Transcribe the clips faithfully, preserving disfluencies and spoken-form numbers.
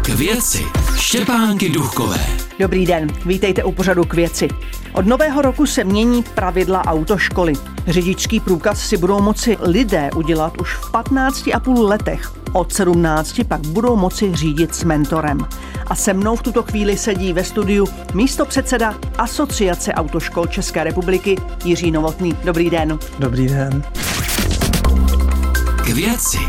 K věci Štěpánky Duchkové. Dobrý den, vítejte u pořadu K věci. Od nového roku se mění pravidla autoškoly. Řidičský průkaz si budou moci lidé udělat už v patnácti a půl letech. Od sedmnácti pak budou moci řídit s mentorem. A se mnou v tuto chvíli sedí ve studiu místopředseda Asociace autoškol České republiky Jiří Novotný. Dobrý den. Dobrý den. K věci.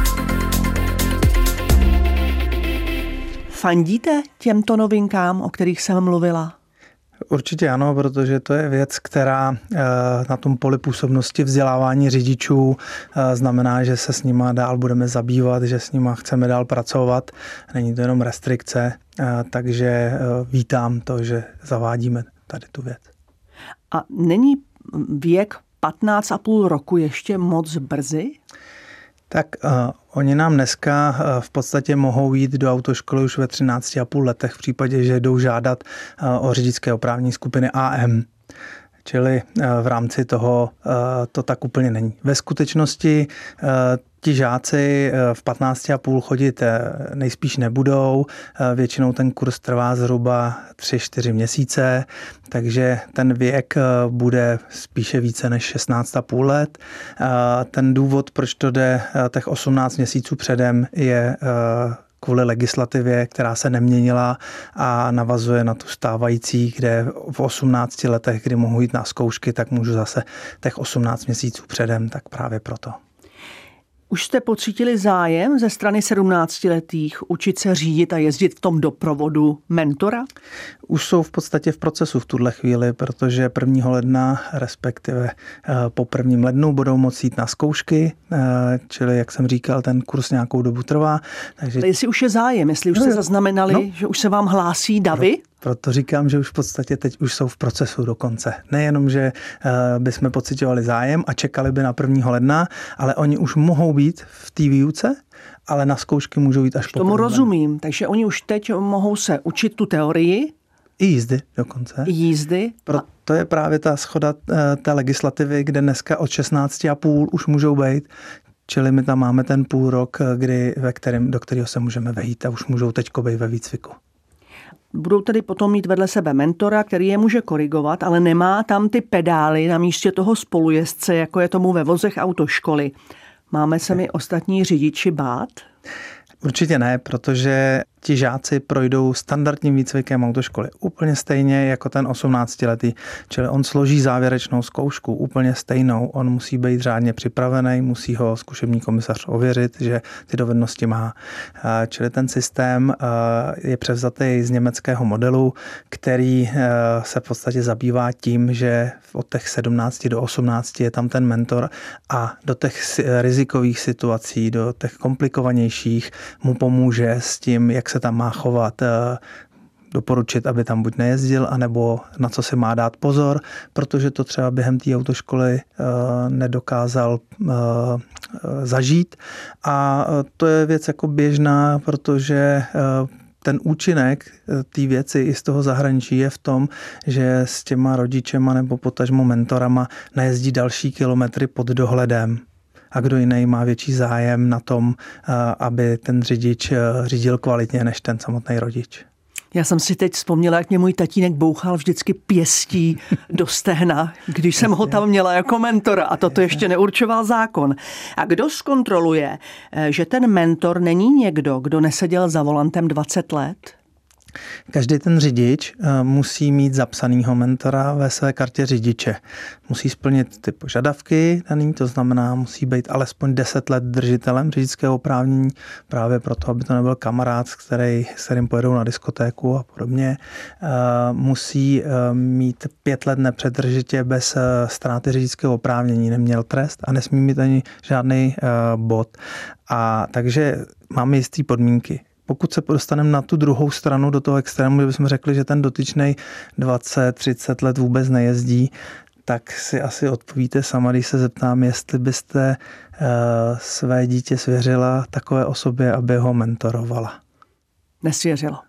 Fandíte těmto novinkám, o kterých jsem mluvila? Určitě ano, protože to je věc, která na tom poli působnosti vzdělávání řidičů znamená, že se s nima dál budeme zabývat, že s nima chceme dál pracovat. Není to jenom restrikce, takže vítám to, že zavádíme tady tu věc. A není věk patnáct a půl roku ještě moc brzy? Tak uh, oni nám dneska uh, v podstatě mohou jít do autoškoly už ve třinácti a půl letech v případě, že jdou žádat uh, o řidičské oprávnění skupiny A M. Čili uh, v rámci toho uh, to tak úplně není. Ve skutečnosti uh, ti žáci v patnácti a půl chodit nejspíš nebudou. Většinou ten kurz trvá zhruba tři čtyři měsíce, takže ten věk bude spíše více než šestnáct a půl let. Ten důvod, proč to jde těch osmnáct měsíců předem, je kvůli legislativě, která se neměnila a navazuje na tu stávající, kde v osmnácti letech, kdy mohu jít na zkoušky, tak můžu zase těch osmnáct měsíců předem, tak právě proto. Už jste pocítili zájem ze strany sedmnáctiletých učit se řídit a jezdit v tom doprovodu mentora? Už jsou v podstatě v procesu v tuhle chvíli, protože prvního ledna, respektive po prvním lednu budou moci jít na zkoušky, čili, jak jsem říkal, ten kurz nějakou dobu trvá. Takže... Ale jestli už je zájem, jestli už jste zaznamenali, no, že už se vám hlásí davy? Proto říkám, že už v podstatě teď už jsou v procesu dokonce. Nejenom, že bychom pociťovali zájem a čekali by na prvního ledna, ale oni už mohou být v té výuce, ale na zkoušky můžou jít až po Tomu rozumím, ledna. Takže oni už teď mohou se učit tu teorii. I jízdy dokonce. I jízdy. Proto je právě ta shoda té legislativy, kde dneska od šestnácti a půl už můžou být. Čili my tam máme ten půl rok, kdy, ve kterém, do kterého se můžeme vejít a už můžou teďko být ve výcviku. Budou tedy potom mít vedle sebe mentora, který je může korigovat, ale nemá tam ty pedály na místě toho spolujezdce, jako je tomu ve vozech autoškoly. Máme se mi ostatní řidiči bát? Určitě ne, protože ti žáci projdou standardním výcvikem autoškoly úplně stejně jako ten osmnáctiletý. Čili on složí závěrečnou zkoušku úplně stejnou. On musí být řádně připravený, musí ho zkušební komisař ověřit, že ty dovednosti má. Čili ten systém je převzatý z německého modelu, který se v podstatě zabývá tím, že od těch sedmnácti do osmnácti je tam ten mentor a do těch rizikových situací, do těch komplikovanějších mu pomůže s tím, jak se tam má chovat, doporučit, aby tam buď nejezdil, anebo na co si má dát pozor, protože to třeba během té autoškoly nedokázal zažít. A to je věc jako běžná, protože ten účinek té věci i z toho zahraničí je v tom, že s těma rodičema nebo potažmo mentorama najezdí další kilometry pod dohledem. A kdo jiný má větší zájem na tom, aby ten řidič řídil kvalitně než ten samotný rodič. Já jsem si teď vzpomněla, jak mě můj tatínek bouchal vždycky pěstí do stehna, když jsem ho tam měla jako mentora a toto ještě neurčoval zákon. A kdo zkontroluje, že ten mentor není někdo, kdo neseděl za volantem dvacet let? Každý ten řidič musí mít zapsanýho mentora ve své kartě řidiče. Musí splnit ty požadavky daný, to znamená, musí být alespoň deset let držitelem řidičského oprávnění, právě proto, aby to nebyl kamarád, který, s kterým pojedou na diskotéku a podobně. Musí mít pět let nepřetržitě bez ztráty řidičského oprávnění, neměl trest a nesmí mít ani žádný bod. A takže máme jisté podmínky. Pokud se dostaneme na tu druhou stranu, do toho extrému, že bychom řekli, že ten dotyčnej dvacet třicet let vůbec nejezdí, tak si asi odpovíte sama, když se zeptám, jestli byste uh, své dítě svěřila takové osobě, aby ho mentorovala. Nesvěřilo.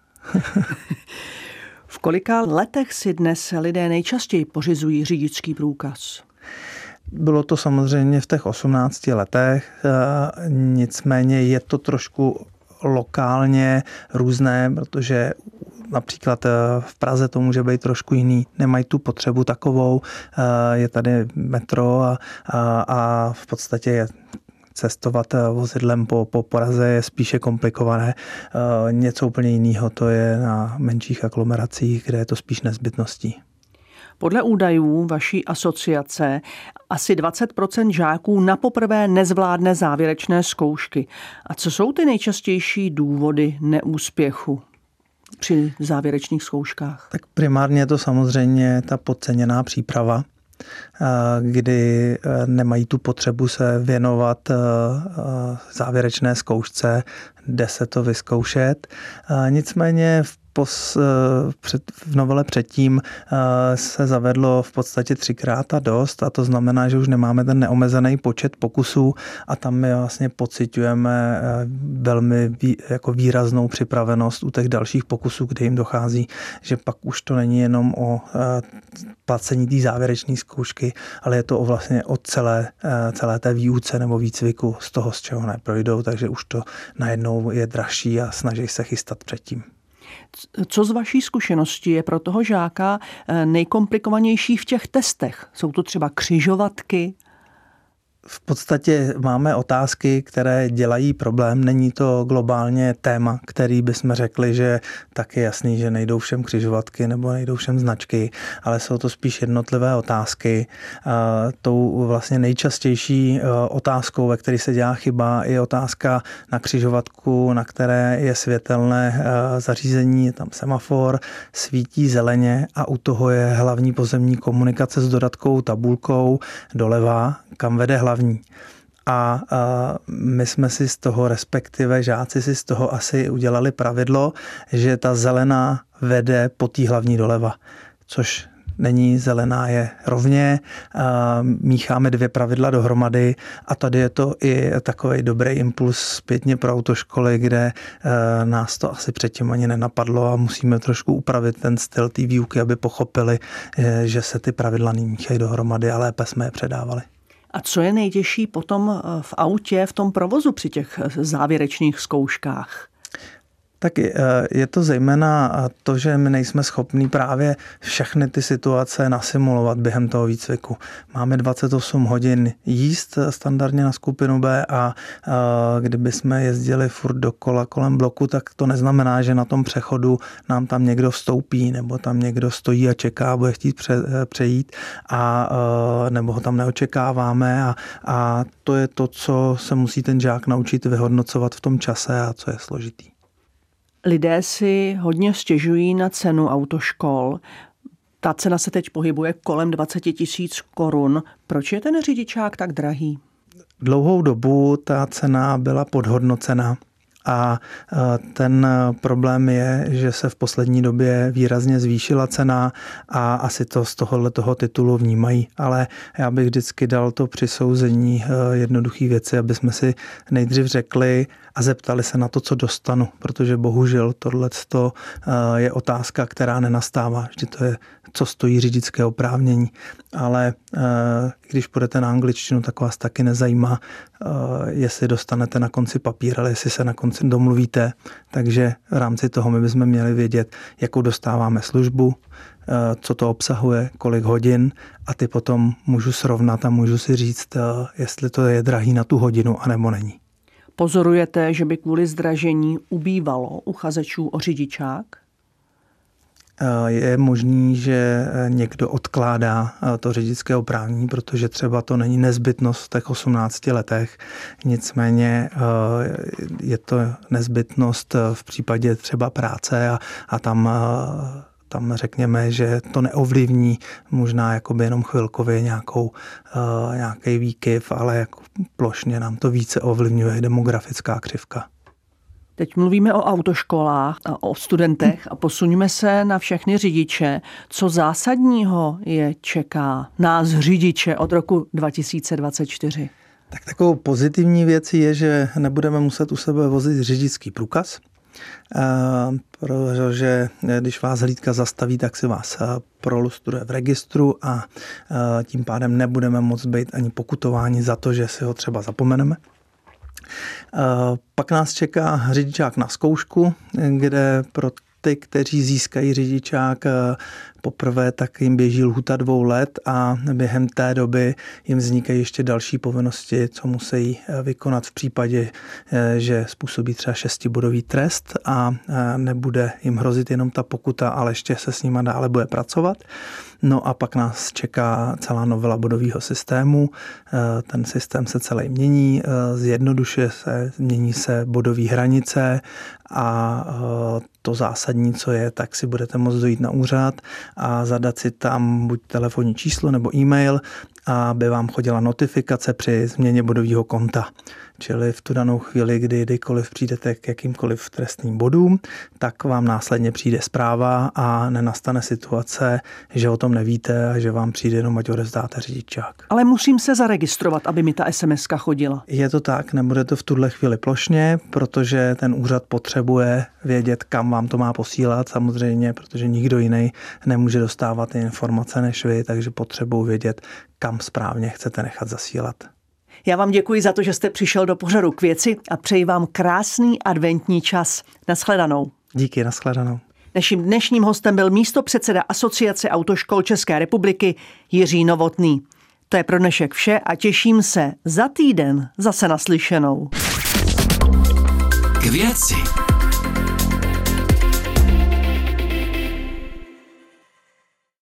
V kolika letech si dnes lidé nejčastěji pořizují řidičský průkaz? Bylo to samozřejmě v těch osmnácti letech, nicméně je to trošku lokálně různé, protože například v Praze to může být trošku jiný, nemají tu potřebu takovou, je tady metro a, a, a v podstatě je cestovat vozidlem po, po Praze je spíše komplikované. Něco úplně jiného to je na menších aglomeracích, kde je to spíš nezbytností. Podle údajů vaší asociace asi dvacet procent žáků napoprvé nezvládne závěrečné zkoušky. A co jsou ty nejčastější důvody neúspěchu při závěrečných zkouškách? Tak primárně je to samozřejmě ta podceněná příprava, kdy nemají tu potřebu se věnovat závěrečné zkoušce, jde se to vyzkoušet. Nicméně v Pos, před, v novele předtím se zavedlo v podstatě třikrát a dost a to znamená, že už nemáme ten neomezený počet pokusů a tam my vlastně pociťujeme velmi vý, jako výraznou připravenost u těch dalších pokusů, kdy jim dochází, že pak už to není jenom o placení té závěrečné zkoušky, ale je to o vlastně o celé, celé té výuce nebo výcviku z toho, z čeho neprojdou, takže už to najednou je dražší a snaží se chystat předtím. Co z vaší zkušenosti je pro toho žáka nejkomplikovanější v těch testech? Jsou to třeba křižovatky? V podstatě máme otázky, které dělají problém. Není to globálně téma, který bychom řekli, že tak je jasný, že nejdou všem křižovatky nebo nejdou všem značky, ale jsou to spíš jednotlivé otázky. Tou vlastně nejčastější otázkou, ve které se dělá chyba, je otázka na křižovatku, na které je světelné zařízení, je tam semafor, svítí zeleně a u toho je hlavní pozemní komunikace s dodatkovou tabulkou doleva, kam vede hlavní. A, a my jsme si z toho, respektive žáci si z toho asi udělali pravidlo, že ta zelená vede po té hlavní doleva, což není zelená, je rovně. A mícháme dvě pravidla dohromady a tady je to i takový dobrý impuls zpětně pro autoškoly, kde e, nás to asi předtím ani nenapadlo a musíme trošku upravit ten styl té výuky, aby pochopili, e, že se ty pravidla nemíchají dohromady a lépe jsme je předávali. A co je nejtěžší potom v autě, v tom provozu při těch závěrečných zkouškách? Tak je to zejména to, že my nejsme schopní právě všechny ty situace nasimulovat během toho výcviku. Máme dvacet osm hodin jízd standardně na skupinu B a kdyby jsme jezdili furt dokola kolem bloku, tak to neznamená, že na tom přechodu nám tam někdo vstoupí nebo tam někdo stojí a čeká a bude chtít pře, přejít a nebo ho tam neočekáváme a, a to je to, co se musí ten žák naučit vyhodnocovat v tom čase a co je složitý. Lidé si hodně stěžují na cenu autoškol. Ta cena se teď pohybuje kolem dvacet tisíc korun. Proč je ten řidičák tak drahý? Dlouhou dobu ta cena byla podhodnocena a ten problém je, že se v poslední době výrazně zvýšila cena a asi to z tohoto titulu vnímají. Ale já bych vždycky dal to přisouzení jednoduché věci, aby jsme si nejdřív řekli a zeptali se na to, co dostanu, protože bohužel tohleto je otázka, která nenastává. Vždy to je, co stojí řidičské oprávnění. Ale když půjdete na angličtinu, tak vás taky nezajímá, jestli dostanete na konci papír, ale jestli se na konci domluvíte. Takže v rámci toho my bychom měli vědět, jakou dostáváme službu, co to obsahuje, kolik hodin a ty potom můžu srovnat a můžu si říct, jestli to je drahý na tu hodinu, anebo není. Pozorujete, že by kvůli zdražení ubývalo uchazečů o řidičák? Je možný, že někdo odkládá to řidičské oprávnění, protože třeba to není nezbytnost v těch osmnácti letech. Nicméně je to nezbytnost v případě třeba práce a, a tam, tam řekněme, že to neovlivní možná jakoby jenom chvilkově nějakou, nějaký výkyv, ale jako plošně nám to více ovlivňuje demografická křivka. Teď mluvíme o autoškolách a o studentech a posuňme se na všechny řidiče. Co zásadního je čeká nás řidiče od roku dva tisíce dvacet čtyři? Tak takovou pozitivní věcí je, že nebudeme muset u sebe vozit řidičský průkaz, protože když vás hlídka zastaví, tak si vás prolustruje v registru a tím pádem nebudeme moct být ani pokutováni za to, že si ho třeba zapomeneme. Pak nás čeká řidičák na zkoušku, kde pro ty, kteří získají řidičák poprvé, tak jim běží lhůta dvou let a během té doby jim vznikají ještě další povinnosti, co musí vykonat v případě, že způsobí třeba šestibodový trest a nebude jim hrozit jenom ta pokuta, ale ještě se s nima dále bude pracovat. No a pak nás čeká celá novela bodového systému. Ten systém se celý mění, zjednodušuje se, mění se bodové hranice a to zásadní, co je, tak si budete moct dojít na úřad a zadat si tam buď telefonní číslo nebo e-mail, aby vám chodila notifikace při změně bodového konta. Čili v tu danou chvíli, kdy kdykoliv přijdete k jakýmkoliv trestným bodům, tak vám následně přijde zpráva a nenastane situace, že o tom nevíte a že vám přijde jenom, ať odevzdáte řidičák. Ale musím se zaregistrovat, aby mi ta es em eska chodila. Je to tak, nebude to v tuhle chvíli plošně, protože ten úřad potřebuje vědět, kam vám to má posílat samozřejmě, protože nikdo jiný nemůže dostávat ty informace než vy, takže potřebuji vědět, kam správně chcete nechat zasílat. Já vám děkuji za to, že jste přišel do pořadu K věci a přeji vám krásný adventní čas. Nashledanou. Díky, nashledanou. Naším dnešním hostem byl místopředseda Asociace autoškol České republiky Jiří Novotný. To je pro dnešek vše a těším se za týden zase naslyšenou. K věci.